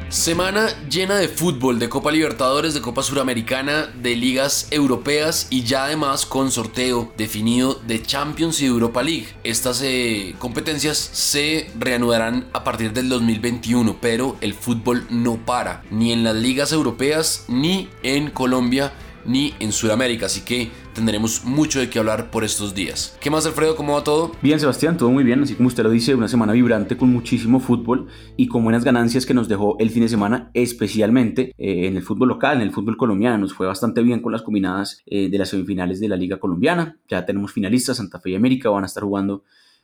Semana llena de fútbol, de Copa Libertadores, de Copa Suramericana, de ligas europeas y ya además con sorteo definido de Champions y Europa League. Estas competencias se reanudarán a partir del 2021, pero el fútbol no para, ni en las ligas europeas, ni en Colombia, ni en Sudamérica, así que tendremos mucho de qué hablar por estos días. ¿Qué más, Alfredo? ¿Cómo va todo? Bien, Sebastián, todo muy bien, así como usted lo dice, una semana vibrante con muchísimo fútbol y con buenas ganancias que nos dejó el fin de semana, especialmente en el fútbol local, en el fútbol colombiano. Nos fue bastante bien con las combinadas de las semifinales de la Liga Colombiana. Ya tenemos finalistas, Santa Fe y América van a estar jugando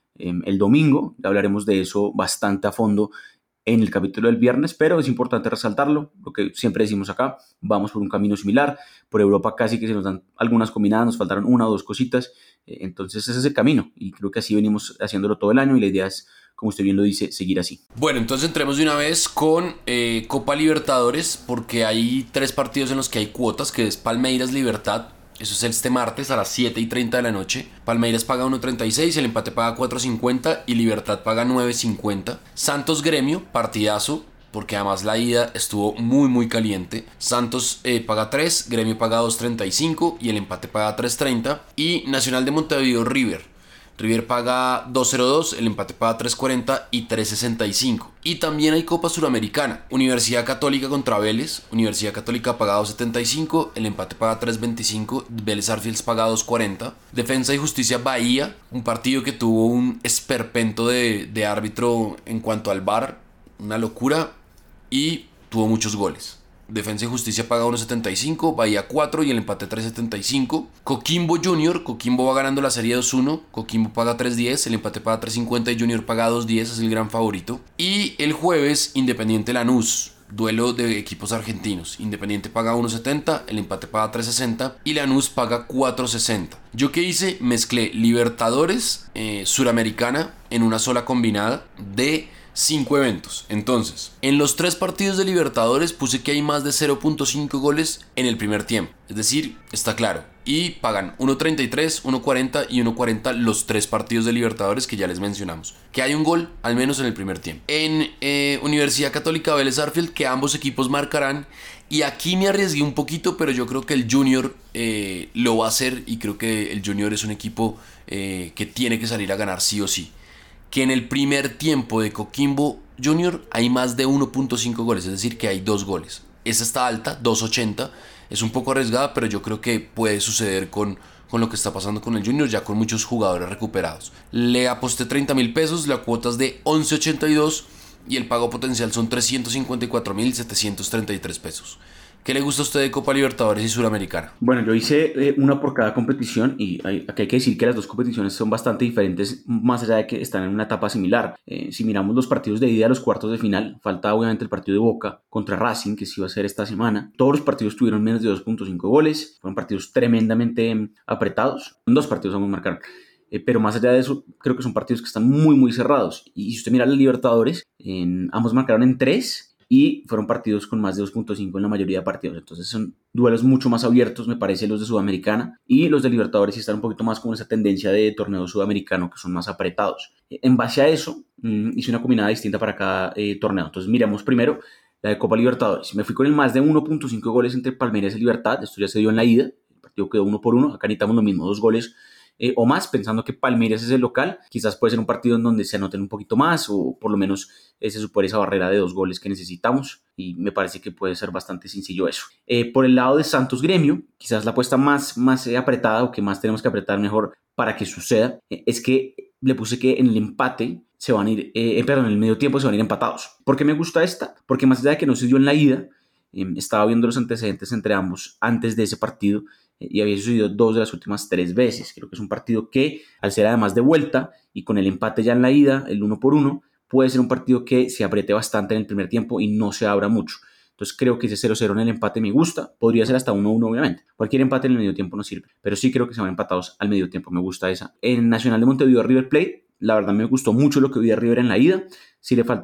el domingo. Ya hablaremos de eso bastante a fondo en el capítulo del viernes, pero es importante resaltarlo, lo que siempre decimos acá, vamos por un camino similar. Por Europa casi que se nos dan algunas combinadas, nos faltaron una o dos cositas, entonces ese es el camino y creo que así venimos haciéndolo todo el año y la idea es, como usted bien lo dice, seguir así. Bueno, entonces entremos de una vez con Copa Libertadores, porque hay 3 partidos en los que hay cuotas, que es Palmeiras Libertad. Eso es este martes a las 7:30 de la noche. Palmeiras paga 1.36, el empate paga 4.50 y Libertad paga 9.50. Santos Gremio, partidazo, porque además la ida estuvo muy caliente. Santos paga 3, Gremio paga 2.35 y el empate paga 3.30. Y Nacional de Montevideo River. River paga 2.02, el empate paga 3.40 y 3.65. Y también hay Copa Suramericana. Universidad Católica contra Vélez. Universidad Católica paga 2.75, el empate paga 3.25, Vélez Arfield paga 2.40. Defensa y Justicia Bahía, un partido que tuvo un esperpento de árbitro en cuanto al VAR, una locura, y tuvo muchos goles. Defensa y Justicia paga 1.75, Bahía 4 y el empate 3.75. Coquimbo Junior, Coquimbo va ganando la serie 2-1, Coquimbo paga 3.10, el empate paga 3.50 y Junior paga 2.10, es el gran favorito. Y el jueves, Independiente Lanús, duelo de equipos argentinos. Independiente paga 1.70, el empate paga 3.60 y Lanús paga 4.60. ¿Yo qué hice? Mezclé Libertadores, Suramericana en una sola combinada de 5 eventos. Entonces, en los 3 partidos de Libertadores puse que hay más de 0.5 goles en el primer tiempo. Es decir, está claro. Y pagan 1.33, 1.40 y 1.40 los 3 partidos de Libertadores que ya les mencionamos. Que hay un gol, al menos en el primer tiempo. En Universidad Católica Vélez Arfield, que ambos equipos marcarán. Y aquí me arriesgué un poquito, pero yo creo que el Junior lo va a hacer. Y creo que el Junior es un equipo que tiene que salir a ganar sí o sí. Que en el primer tiempo de Coquimbo Junior hay más de 1.5 goles, es decir, que hay 2 goles. Esa está alta, 2.80, es un poco arriesgada, pero yo creo que puede suceder con lo que está pasando con el Junior, ya con muchos jugadores recuperados. Le aposté 30.000 pesos, la cuota es de 11.82 y el pago potencial son 354.733 pesos. ¿Qué le gusta a usted de Copa Libertadores y Suramericana? Bueno, yo hice una por cada competición y aquí hay que decir que las dos competiciones son bastante diferentes, más allá de que están en una etapa similar. Si miramos los partidos de ida a los cuartos de final, falta obviamente el partido de Boca contra Racing, que sí va a ser esta semana. Todos los partidos tuvieron menos de 2.5 goles, fueron partidos tremendamente apretados. 2 partidos vamos a marcar. Pero más allá de eso, creo que son partidos que están muy cerrados. Y si usted mira los Libertadores, ambos marcaron en 3 y fueron partidos con más de 2.5 en la mayoría de partidos. Entonces son duelos mucho más abiertos, me parece, los de Sudamericana. Y los de Libertadores sí están un poquito más con esa tendencia de torneo sudamericano, que son más apretados. En base a eso, hice una combinada distinta para cada torneo. Entonces miremos primero la de Copa Libertadores. Me fui con el más de 1.5 goles entre Palmeiras y Libertad. Esto ya se dio en la ida. El partido quedó 1-1. Acá necesitamos lo mismo, 2 goles o más, pensando que Palmeiras es el local. Quizás puede ser un partido en donde se anoten un poquito más o por lo menos se supere esa barrera de 2 goles que necesitamos y me parece que puede ser bastante sencillo eso. Por el lado de Santos Gremio, quizás la apuesta más apretada o que más tenemos que apretar mejor para que suceda es que le puse que en el empate se van a ir, en el medio tiempo se van a ir empatados. ¿Por qué me gusta esta? Porque más allá de que no se dio en la ida, estaba viendo los antecedentes entre ambos antes de ese partido y había sucedido 2 de las últimas 3 veces. Creo que es un partido que, al ser además de vuelta y con el empate ya en la ida, el 1-1, puede ser un partido que se apriete bastante en el primer tiempo y no se abra mucho. Entonces creo que ese 0-0 en el empate me gusta. Podría ser hasta 1-1 obviamente. Cualquier empate en el medio tiempo no sirve, pero sí creo que se van empatados al medio tiempo. Me gusta esa. En Nacional de Montevideo River Plate, la verdad me gustó mucho lo que vi de River en la ida. Sí le faltó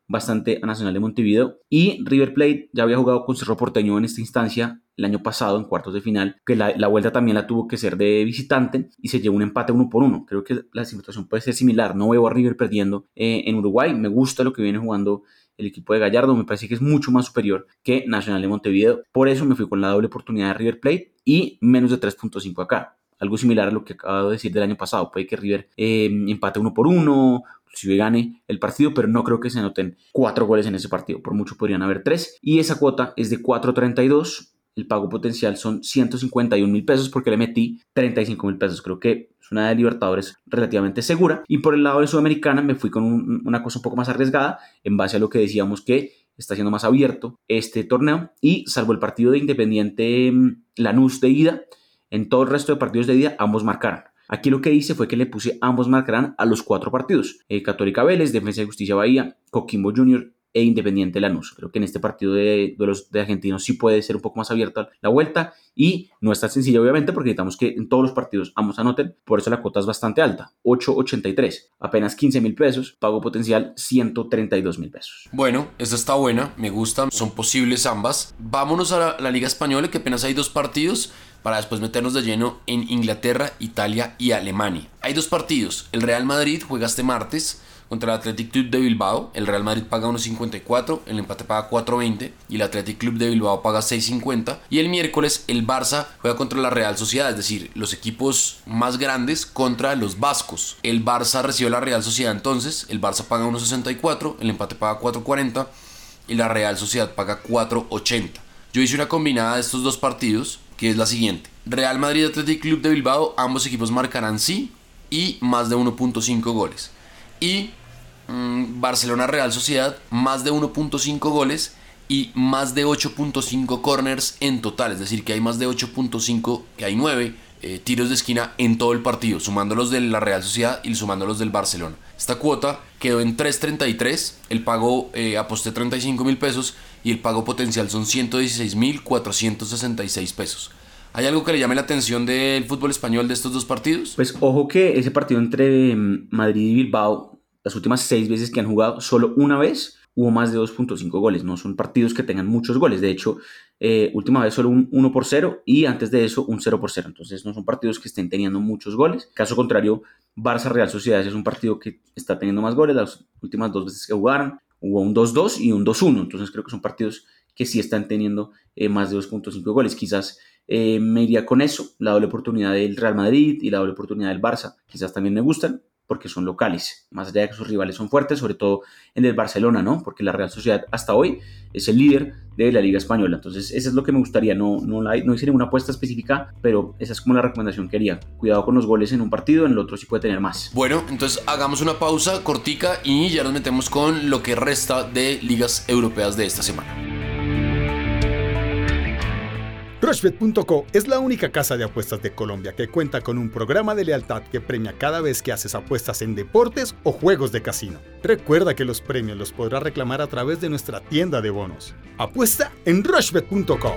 bastante a Nacional de Montevideo. Y River Plate ya había jugado con Cerro Porteño en esta instancia el año pasado en cuartos de final, que la vuelta también la tuvo que ser de visitante y se llevó un empate 1-1. Creo que la situación puede ser similar. No veo a River perdiendo en Uruguay. Me gusta lo que viene jugando el equipo de Gallardo. Me parece que es mucho más superior que Nacional de Montevideo. Por eso me fui con la doble oportunidad de River Plate y menos de 3.5 acá. Algo similar a lo que acabo de decir del año pasado. Puede que River empate 1-1, si gane el partido, pero no creo que se anoten 4 goles en ese partido. Por mucho podrían haber 3. Y esa cuota es de 4.32. El pago potencial son 151.000 pesos porque le metí 35.000 pesos. Creo que es una de Libertadores relativamente segura. Y por el lado de Sudamericana me fui con una cosa un poco más arriesgada en base a lo que decíamos que está siendo más abierto este torneo. Y salvo el partido de Independiente Lanús de ida, en todo el resto de partidos de ida ambos marcaron. Aquí lo que hice fue que le puse ambos marcarán a los 4 partidos. Católica Vélez, Defensa y Justicia Bahía, Coquimbo Junior e Independiente Lanús. Creo que en este partido de los de argentinos sí puede ser un poco más abierta la vuelta y no es tan sencilla obviamente porque necesitamos que en todos los partidos ambos anoten, por eso la cuota es bastante alta, 8.83, apenas 15.000 pesos, pago potencial 132.000 pesos. Bueno, esta está buena, me gusta, son posibles ambas. Vámonos a la Liga Española, que apenas hay 2 partidos, para después meternos de lleno en Inglaterra, Italia y Alemania. Hay 2 partidos, el Real Madrid juega este martes contra el Athletic Club de Bilbao. El Real Madrid paga 1.54, el empate paga 4.20 y el Athletic Club de Bilbao paga 6.50. Y el miércoles el Barça juega contra la Real Sociedad, es decir, los equipos más grandes contra los vascos. El Barça recibe a la Real Sociedad entonces, el Barça paga 1.64, el empate paga 4.40 y la Real Sociedad paga 4.80. Yo hice una combinada de estos 2 partidos, que es la siguiente: Real Madrid Athletic Club de Bilbao, ambos equipos marcarán sí y más de 1.5 goles. Y Barcelona Real Sociedad, más de 1.5 goles y más de 8.5 corners en total, es decir que hay más de 8.5, que hay 9 tiros de esquina en todo el partido, sumando los de la Real Sociedad y sumando los del Barcelona. Esta cuota quedó en 3.33, el pago aposté 35.000 pesos y el pago potencial son 116.466 pesos. ¿Hay algo que le llame la atención del fútbol español de estos 2 partidos? Pues ojo que ese partido entre Madrid y Bilbao, las últimas 6 veces que han jugado, solo una vez hubo más de 2.5 goles. No son partidos que tengan muchos goles. De hecho, última vez solo un 1-0 y antes de eso un 0-0. Entonces no son partidos que estén teniendo muchos goles. Caso contrario, Barça Real Sociedad es un partido que está teniendo más goles. Las últimas 2 veces que jugaron hubo un 2-2 y un 2-1. Entonces creo que son partidos que sí están teniendo más de 2.5 goles. Quizás me iría con eso. La doble oportunidad del Real Madrid y la doble oportunidad del Barça quizás también me gustan porque son locales, más allá de que sus rivales son fuertes, sobre todo en el Barcelona, ¿no? Porque la Real Sociedad hasta hoy es el líder de la Liga Española. Entonces eso es lo que me gustaría. No hice ninguna apuesta específica, pero esa es como la recomendación que haría. Cuidado con los goles en un partido, en el otro sí puede tener más. Bueno, entonces hagamos una pausa cortica y ya nos metemos con lo que resta de ligas europeas de esta semana. Rushbet.co es la única casa de apuestas de Colombia que cuenta con un programa de lealtad que premia cada vez que haces apuestas en deportes o juegos de casino. Recuerda que los premios los podrás reclamar a través de nuestra tienda de bonos. Apuesta en Rushbet.co.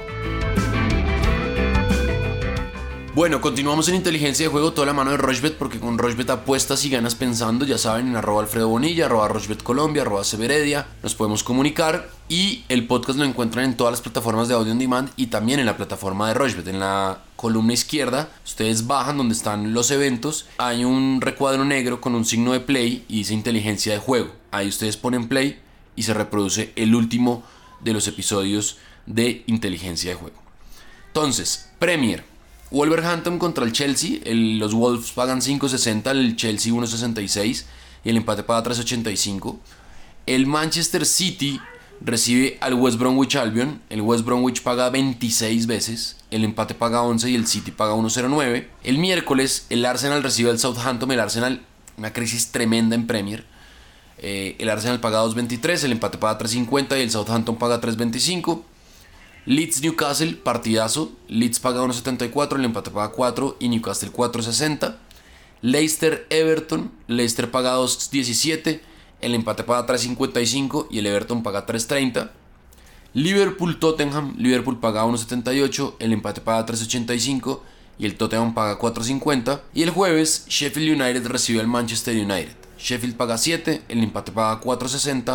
Bueno, continuamos en inteligencia de juego, toda la mano de Rushbet, porque con Rushbet apuestas y ganas pensando, ya saben, en @AlfredoBonilla, @Rushbet Colombia, @Severedia, nos podemos comunicar y el podcast lo encuentran en todas las plataformas de audio on demand y también en la plataforma de Rushbet. En la columna izquierda, ustedes bajan donde están los eventos, hay un recuadro negro con un signo de play y dice inteligencia de juego. Ahí ustedes ponen play y se reproduce el último de los episodios de inteligencia de juego. Entonces, Premier. Wolverhampton contra el Chelsea, los Wolves pagan 5.60, el Chelsea 1.66 y el empate paga 3.85. El Manchester City recibe al West Bromwich Albion, el West Bromwich paga 26 veces, el empate paga 11 y el City paga 1.09. El miércoles el Arsenal recibe al Southampton, el Arsenal, una crisis tremenda en Premier. El Arsenal paga 2.23, el empate paga 3.50 y el Southampton paga 3.25. Leeds Newcastle, partidazo. Leeds paga 1.74, el empate paga 4 y Newcastle 4.60. Leicester Everton, Leicester paga 2.17, el empate paga 3.55 y el Everton paga 3.30. Liverpool Tottenham, Liverpool paga 1.78, el empate paga 3.85 y el Tottenham paga 4.50. Y el jueves Sheffield United recibe al Manchester United. Sheffield paga 7, el empate paga 4.60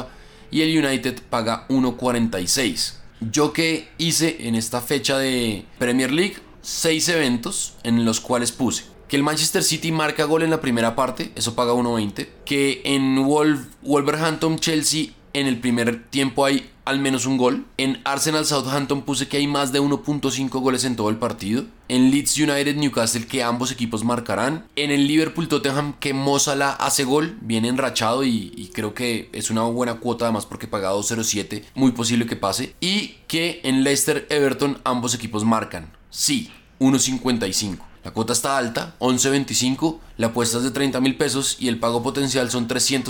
y el United paga 1.46. Yo que hice en esta fecha de Premier League 6 eventos en los cuales puse que el Manchester City marca gol en la primera parte, eso paga 1.20, que en Wolverhampton-Chelsea en el primer tiempo hay al menos un gol. En Arsenal-Southampton puse que hay más de 1.5 goles en todo el partido. En Leeds United-Newcastle que ambos equipos marcarán. En el Liverpool-Tottenham que Mo Salah hace gol, viene enrachado y creo que es una buena cuota además porque paga 2.07, muy posible que pase. Y que en Leicester-Everton ambos equipos marcan, sí, 1.55. La cuota está alta, 11.25, la apuesta es de 30.000 pesos y el pago potencial son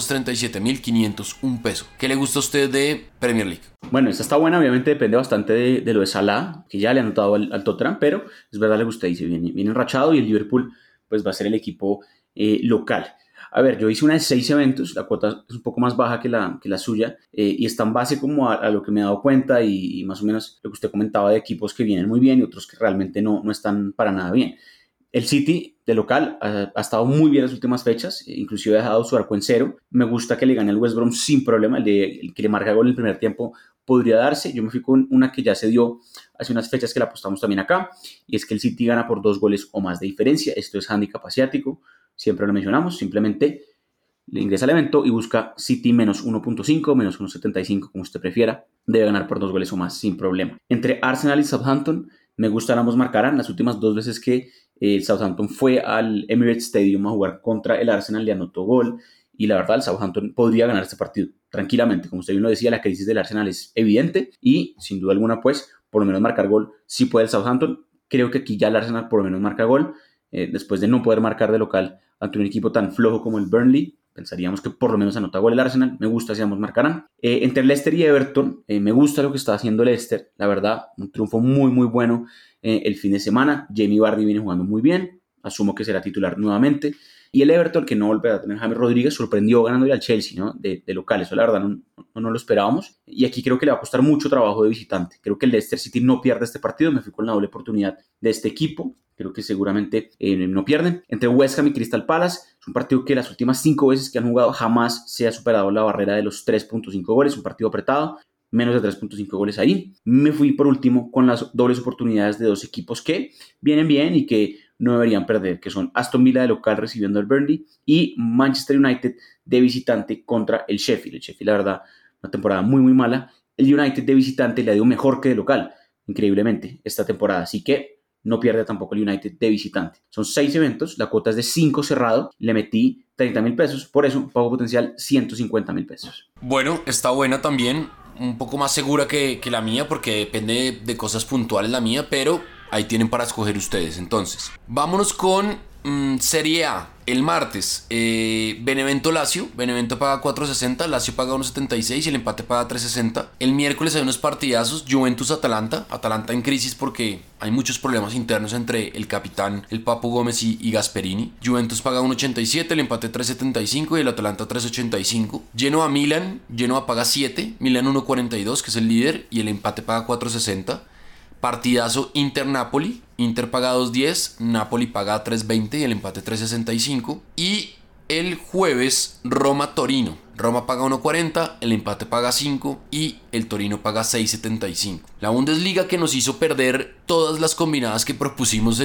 337.501 pesos. ¿Qué le gusta a usted de Premier League? Bueno, esta está buena, obviamente depende bastante de lo de Salah, que ya le han anotado al Tottenham, pero es verdad lo que usted dice, viene enrachado y el Liverpool pues va a ser el equipo local. A ver, yo hice una de 6 eventos, la cuota es un poco más baja que la suya y está en base como a lo que me he dado cuenta y más o menos lo que usted comentaba de equipos que vienen muy bien y otros que realmente no están para nada bien. El City de local ha estado muy bien en las últimas fechas, inclusive ha dejado su arco en cero. Me gusta que le gane al West Brom sin problema, el que le marca gol en el primer tiempo podría darse. Yo me fui con una que ya se dio hace unas fechas que la apostamos también acá, y es que el City gana por 2 goles o más de diferencia. Esto es handicap asiático, siempre lo mencionamos, simplemente le ingresa al evento y busca City menos 1.5, menos 1.75, como usted prefiera. Debe ganar por 2 goles o más sin problema. Entre Arsenal y Southampton, me gustan ambos marcarán. Las últimas 2 veces que el Southampton fue al Emirates Stadium a jugar contra el Arsenal, le anotó gol y la verdad el Southampton podría ganar este partido tranquilamente. Como usted bien lo decía, la crisis del Arsenal es evidente y sin duda alguna pues por lo menos marcar gol sí puede el Southampton. Creo que aquí ya el Arsenal por lo menos marca gol después de no poder marcar de local ante un equipo tan flojo como el Burnley. Pensaríamos que por lo menos anota gol el Arsenal. Me gusta si ambos marcarán. Entre Leicester y Everton, me gusta lo que está haciendo Leicester. La verdad, un triunfo muy muy bueno el fin de semana. Jamie Vardy viene jugando muy bien. Asumo que será titular nuevamente. Y el Everton, que no volverá a tener James Rodríguez, sorprendió ganándole al Chelsea, ¿no? De local. Eso la verdad no lo esperábamos. Y aquí creo que le va a costar mucho trabajo de visitante. Creo que el Leicester City no pierde este partido. Me fui con la doble oportunidad de este equipo. Creo que seguramente no pierden. Entre West Ham y Crystal Palace, es un partido que las últimas 5 veces que han jugado jamás se ha superado la barrera de los 3.5 goles. Un partido apretado, menos de 3.5 goles ahí. Me fui por último con las dobles oportunidades de 2 equipos que vienen bien y que no deberían perder, que son Aston Villa de local recibiendo al Burnley y Manchester United de visitante contra el Sheffield. El Sheffield, la verdad, una temporada muy muy mala. El United de visitante le ha ido mejor que de local, increíblemente, esta temporada. Así que no pierde tampoco el United de visitante. Son 6 eventos, la cuota es de 5 cerrado, le metí 30.000 pesos, por eso pago potencial 150.000 pesos. Bueno, está buena también, un poco más segura que la mía porque depende de cosas puntuales la mía, pero ahí tienen para escoger ustedes. Entonces, vámonos con Serie A. El martes, Benevento Lazio. Benevento paga 4.60, Lazio paga 1.76 y el empate paga 3.60. El miércoles hay unos partidazos, Juventus Atalanta. Atalanta en crisis porque hay muchos problemas internos entre el capitán, el Papu Gómez y Gasperini. Juventus paga 1.87, el empate 3.75 y el Atalanta 3.85. Genoa Milan, Genoa paga 7, Milan 1.42 que es el líder y el empate paga 4.60. Partidazo Inter-Napoli, Inter paga 2.10, Napoli paga 3.20 y el empate 3.65. Y el jueves Roma-Torino, Roma paga 1.40, el empate paga 5 y el Torino paga 6.75. La Bundesliga que nos hizo perder todas las combinadas que propusimos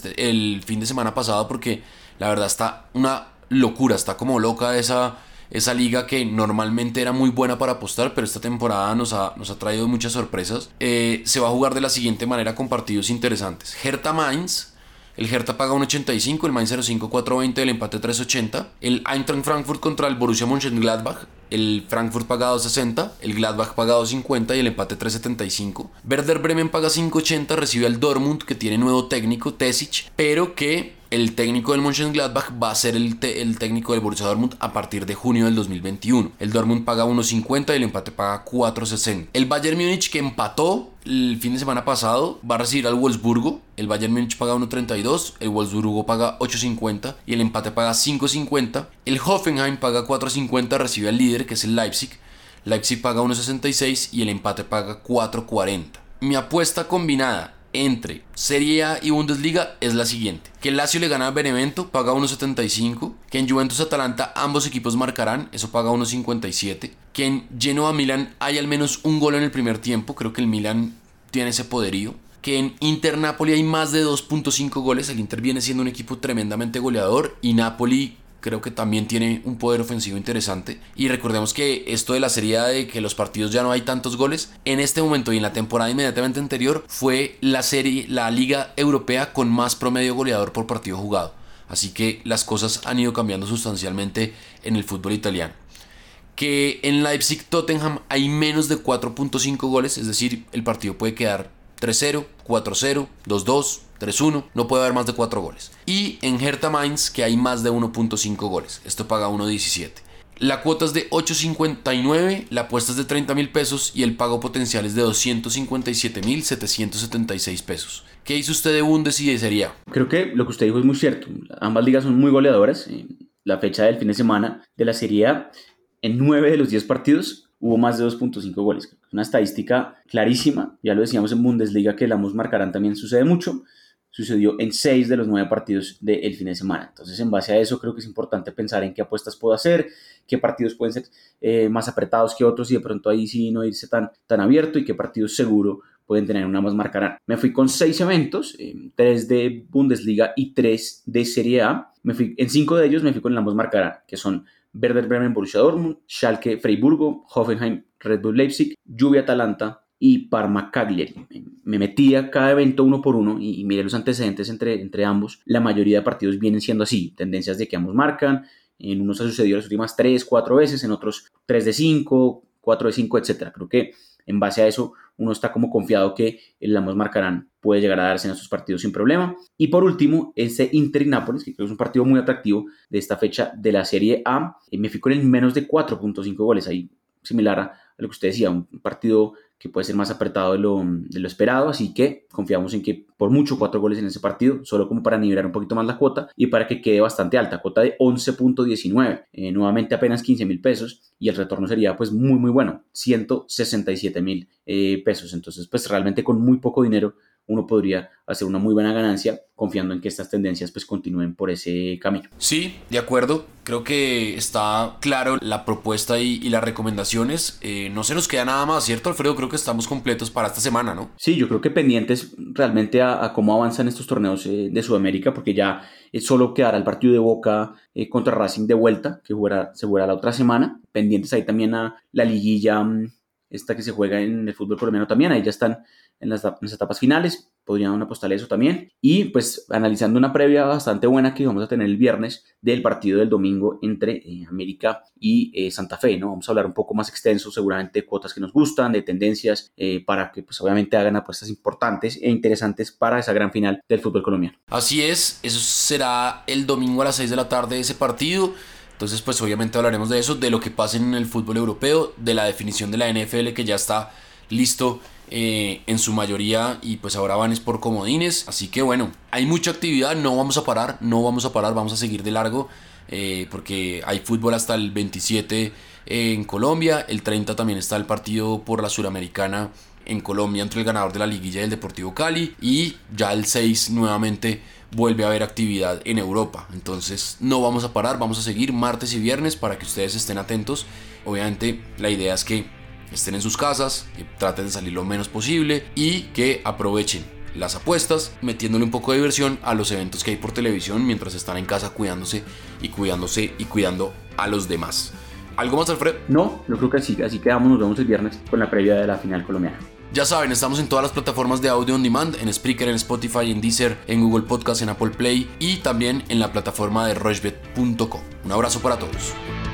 el fin de semana pasado porque la verdad está una locura, está como loca esa liga que normalmente era muy buena para apostar, pero esta temporada nos ha traído muchas sorpresas. Se va a jugar de la siguiente manera con partidos interesantes. Hertha Mainz, el Hertha paga 1.85, el Mainz 0.5, 4.20, el empate 3.80. El Eintracht Frankfurt contra el Borussia Mönchengladbach, el Frankfurt paga 2.60, el Gladbach paga 2.50 y el empate 3.75. Werder Bremen paga 5.80, recibe al Dortmund que tiene nuevo técnico, Tesic, pero que el técnico del Mönchengladbach va a ser el técnico del Borussia Dortmund a partir de junio del 2021. El Dortmund paga 1.50 y el empate paga 4.60. El Bayern Múnich que empató el fin de semana pasado va a recibir al Wolfsburgo. El Bayern Múnich paga 1.32, el Wolfsburgo paga 8.50 y el empate paga 5.50. El Hoffenheim paga 4.50, recibe al líder que es el Leipzig. Leipzig paga 1.66 y el empate paga 4.40. Mi apuesta combinada entre Serie A y Bundesliga es la siguiente: que el Lazio le gana a Benevento, paga 1.75, que en Juventus-Atalanta ambos equipos marcarán, eso paga 1.57, que en Genoa-Milan hay al menos un gol en el primer tiempo, creo que el Milan tiene ese poderío, que en Inter-Napoli hay más de 2.5 goles, el Inter viene siendo un equipo tremendamente goleador y Napoli creo que también tiene un poder ofensivo interesante. Y recordemos que esto de la Serie A, de que los partidos ya no hay tantos goles, en este momento y en la temporada inmediatamente anterior fue la liga europea con más promedio goleador por partido jugado. Así que las cosas han ido cambiando sustancialmente en el fútbol italiano. Que en Leipzig-Tottenham hay menos de 4.5 goles, es decir, el partido puede quedar 3-0, 4-0, 2-2, 3-1, no puede haber más de 4 goles. Y en Hertha Mainz, que hay más de 1.5 goles, esto paga 1.17. La cuota es de 8.59, la apuesta es de 30.000 pesos y el pago potencial es de 257.776 pesos. ¿Qué hizo usted de Bundes y de Serie A? Creo que lo que usted dijo es muy cierto. Ambas ligas son muy goleadoras. La fecha del fin de semana de la Serie A, en 9 de los 10 partidos hubo más de 2.5 goles. Una estadística clarísima. Ya lo decíamos en Bundesliga, que el ambos marcarán también sucede mucho. Sucedió en 6 de los 9 partidos del fin de semana. Entonces, en base a eso, creo que es importante pensar en qué apuestas puedo hacer, qué partidos pueden ser más apretados que otros y de pronto ahí sí no irse tan abierto, y qué partidos seguro pueden tener una más marcarán. Me fui con 6 eventos, 3 de Bundesliga y 3 de Serie A. En 5 de ellos me fui con el ambos marcarán, que son Werder Bremen, Borussia Dortmund, Schalke, Freiburgo, Hoffenheim, Red Bull Leipzig, Juve, Atalanta y Parma, Cagliari. Me metí a cada evento uno por uno y miré los antecedentes entre ambos. La mayoría de partidos vienen siendo así, tendencias de que ambos marcan. En unos ha sucedido las últimas 3, 4 veces, en otros 3 de 5, 4 de 5, etc. Creo que en base a eso uno está como confiado que el ambos marcarán puede llegar a darse en estos partidos sin problema. Y por último, este Inter y Nápoles, que creo que es un partido muy atractivo de esta fecha de la Serie A. Me fui con el menos de 4.5 goles, ahí similar a lo que usted decía, un partido que puede ser más apretado de lo esperado, así que confiamos en que por mucho 4 goles en ese partido, solo como para nivelar un poquito más la cuota y para que quede bastante alta, cuota de 11.19, nuevamente apenas 15.000 pesos, y el retorno sería pues muy muy bueno, 167.000 pesos. Entonces pues realmente con muy poco dinero uno podría hacer una muy buena ganancia, confiando en que estas tendencias pues continúen por ese camino. Sí, de acuerdo. Creo que está claro la propuesta y las recomendaciones. No se nos queda nada más, ¿cierto, Alfredo? Creo que estamos completos para esta semana, ¿no? Sí, yo creo que pendientes realmente a cómo avanzan estos torneos de Sudamérica, porque ya solo quedará el partido de Boca contra Racing de vuelta, que se jugará la otra semana. Pendientes ahí también a la liguilla esta que se juega en el fútbol colombiano también. Ahí ya están en las etapas finales, podrían apostarle eso también. Y pues analizando una previa bastante buena que vamos a tener el viernes del partido del domingo entre América y Santa Fe, ¿no? Vamos a hablar un poco más extenso, seguramente de cuotas que nos gustan, de tendencias, para que pues obviamente hagan apuestas importantes e interesantes para esa gran final del fútbol colombiano. Así es, eso será el domingo a las 6 de la tarde ese partido. Entonces pues obviamente hablaremos de eso, de lo que pasa en el fútbol europeo, de la definición de la NFL que ya está listo en su mayoría, y pues ahora van es por comodines. Así que bueno, hay mucha actividad, no vamos a parar, vamos a seguir de largo, porque hay fútbol hasta el 27 en Colombia. El 30 también está el partido por la Suramericana en Colombia entre el ganador de la liguilla y el Deportivo Cali, y ya el 6 nuevamente vuelve a haber actividad en Europa. Entonces no vamos a parar, vamos a seguir martes y viernes para que ustedes estén atentos. Obviamente la idea es que estén en sus casas, que traten de salir lo menos posible y que aprovechen las apuestas, metiéndole un poco de diversión a los eventos que hay por televisión mientras están en casa cuidándose y cuidando a los demás. ¿Algo más, Alfredo? No, yo creo que así quedamos, nos vemos el viernes con la previa de la final colombiana. Ya saben, estamos en todas las plataformas de audio on demand, en Spreaker, en Spotify, en Deezer, en Google Podcast, en Apple Play y también en la plataforma de Rochebet.com. Un abrazo para todos.